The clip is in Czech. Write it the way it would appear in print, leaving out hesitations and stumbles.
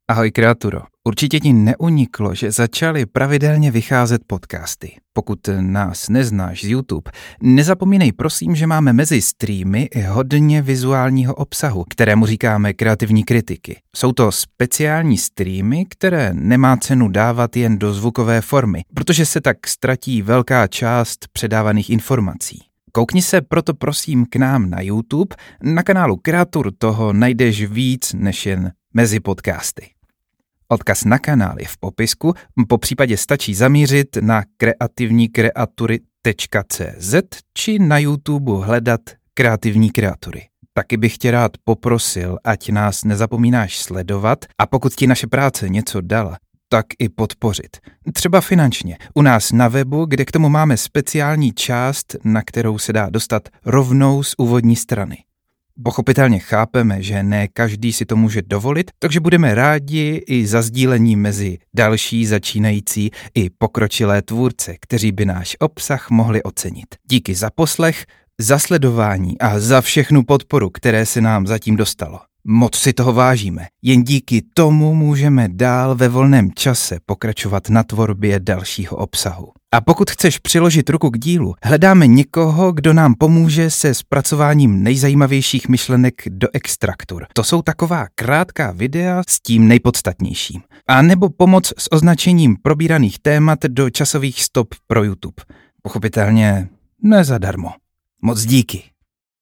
Ahoj kreaturo, určitě ti neuniklo, že začaly pravidelně vycházet podcasty. Pokud nás neznáš z YouTube, nezapomínej prosím, že máme mezi streamy i hodně vizuálního obsahu, kterému říkáme kreativní kritiky. Jsou to speciální streamy, které nemá cenu dávat jen do zvukové formy, protože se tak ztratí velká část předávaných informací. Koukni se proto prosím k nám na YouTube, na kanálu Kreatur toho najdeš víc než jen mezi podcasty. Odkaz na kanál je v popisku, popřípadě stačí zamířit na kreativnikreatury.cz či na YouTube hledat kreativní kreatury. Taky bych tě rád poprosil, ať nás nezapomínáš sledovat a pokud ti naše práce něco dala, tak i podpořit. Třeba finančně. U nás na webu, kde k tomu máme speciální část, na kterou se dá dostat rovnou z úvodní strany. Pochopitelně chápeme, že ne každý si to může dovolit, takže budeme rádi i za sdílení mezi další začínající i pokročilé tvůrce, kteří by náš obsah mohli ocenit. Díky za poslech, za sledování a za všechnu podporu, které se nám zatím dostalo. Moc si toho vážíme. Jen díky tomu můžeme dál ve volném čase pokračovat na tvorbě dalšího obsahu. A pokud chceš přiložit ruku k dílu, hledáme někoho, kdo nám pomůže se zpracováním nejzajímavějších myšlenek do extraktur. To jsou taková krátká videa s tím nejpodstatnějším. A nebo pomoc s označením probíraných témat do časových stop pro YouTube. Pochopitelně ne zadarmo. Moc díky.